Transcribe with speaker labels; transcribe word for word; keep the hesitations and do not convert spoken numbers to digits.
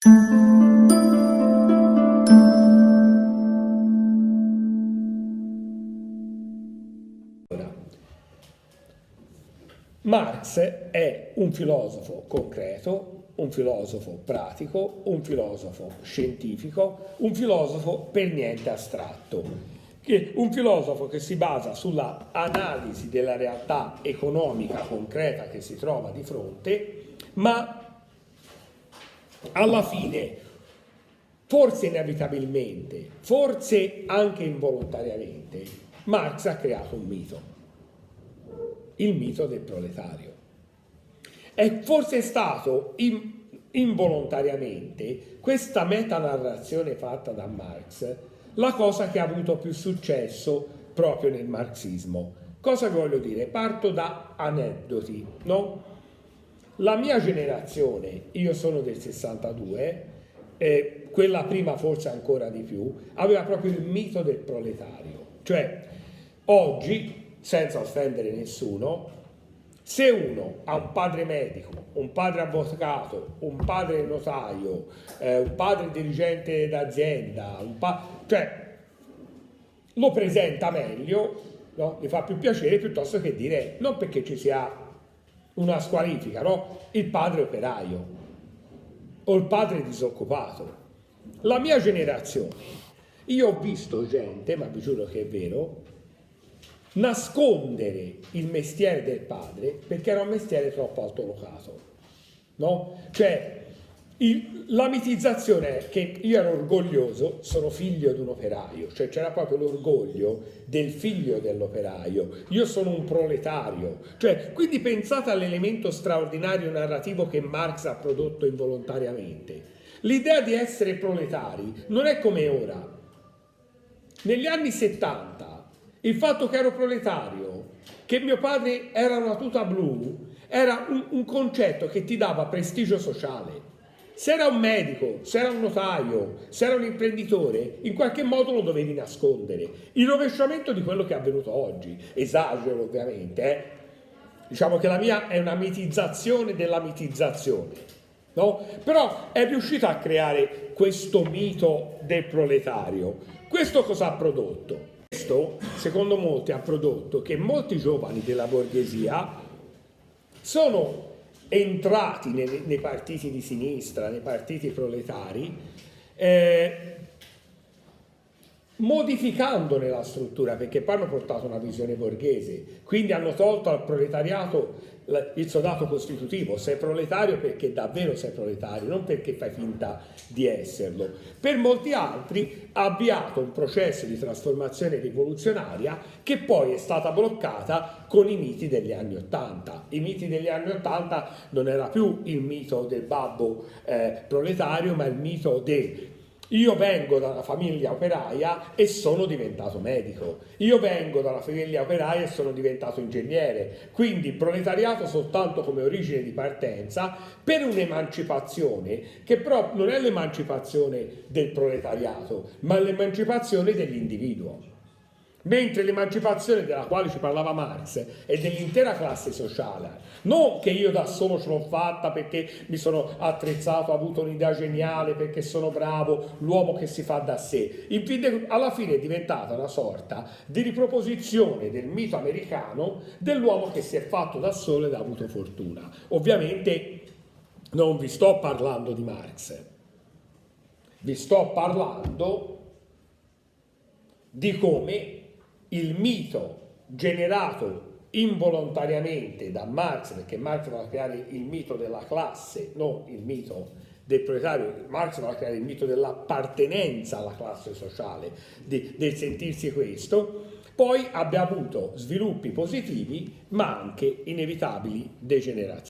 Speaker 1: Marx è un filosofo concreto, un filosofo pratico, un filosofo scientifico, un filosofo per niente astratto, che, un filosofo che si basa sulla analisi della realtà economica concreta che si trova di fronte, ma alla fine, forse inevitabilmente, forse anche involontariamente, Marx ha creato un mito. Il mito del proletario. È forse stato in, involontariamente questa metanarrazione fatta da Marx la cosa che ha avuto più successo proprio nel marxismo. Cosa voglio dire? Parto da aneddoti, no? La mia generazione, io sono del sessantadue, eh, quella prima forse ancora di più, aveva proprio il mito del proletario. Cioè, oggi, senza offendere nessuno, se uno ha un padre medico, un padre avvocato, un padre notaio, eh, un padre dirigente d'azienda, pa cioè lo presenta meglio, no? Gli fa più piacere piuttosto che dire, non perché ci sia una squalifica, no? Il padre operaio o il padre disoccupato. La mia generazione, io ho visto gente, ma vi giuro che è vero, nascondere il mestiere del padre perché era un mestiere troppo altolocato, no? Cioè, il, la mitizzazione è che io ero orgoglioso, sono figlio di un operaio, cioè c'era proprio l'orgoglio del figlio dell'operaio, io sono un proletario, cioè, quindi pensate all'elemento straordinario narrativo che Marx ha prodotto involontariamente. L'idea di essere proletari non è come ora. Negli anni settanta il fatto che ero proletario, che mio padre era una tuta blu, era un, un concetto che ti dava prestigio sociale. Se era un medico, se era un notaio, se era un imprenditore, in qualche modo lo dovevi nascondere. Il rovesciamento di quello che è avvenuto oggi, esagero ovviamente, eh? Diciamo che la mia è una mitizzazione della mitizzazione, no? Però è riuscita a creare questo mito del proletario. Questo cosa ha prodotto? Questo, secondo molti, ha prodotto che molti giovani della borghesia sono entrati nei, nei partiti di sinistra, nei partiti proletari, eh, modificandone la struttura, perché poi hanno portato una visione borghese, quindi hanno tolto al proletariato il suo dato costitutivo. Sei proletario perché davvero sei proletario, non perché fai finta di esserlo. Per molti altri ha avviato un processo di trasformazione rivoluzionaria che poi è stata bloccata con i miti degli anni Ottanta. I miti degli anni Ottanta non era più il mito del babbo eh, proletario, ma il mito del io vengo da una famiglia operaia e sono diventato medico. Io vengo da una famiglia operaia e sono diventato ingegnere. Quindi proletariato soltanto come origine di partenza per un'emancipazione che però non è l'emancipazione del proletariato, ma l'emancipazione dell'individuo. Mentre l'emancipazione della quale ci parlava Marx è dell'intera classe sociale, non che io da solo ce l'ho fatta perché mi sono attrezzato, ho avuto un'idea geniale, perché sono bravo, l'uomo che si fa da sé. Infine, alla fine è diventata una sorta di riproposizione del mito americano dell'uomo che si è fatto da solo ed ha avuto fortuna. Ovviamente non vi sto parlando di Marx, vi sto parlando di come il mito generato involontariamente da Marx, perché Marx va a creare il mito della classe, non il mito del proletario. Marx va a creare il mito dell'appartenenza alla classe sociale, di, del sentirsi questo, poi abbia avuto sviluppi positivi ma anche inevitabili degenerazioni.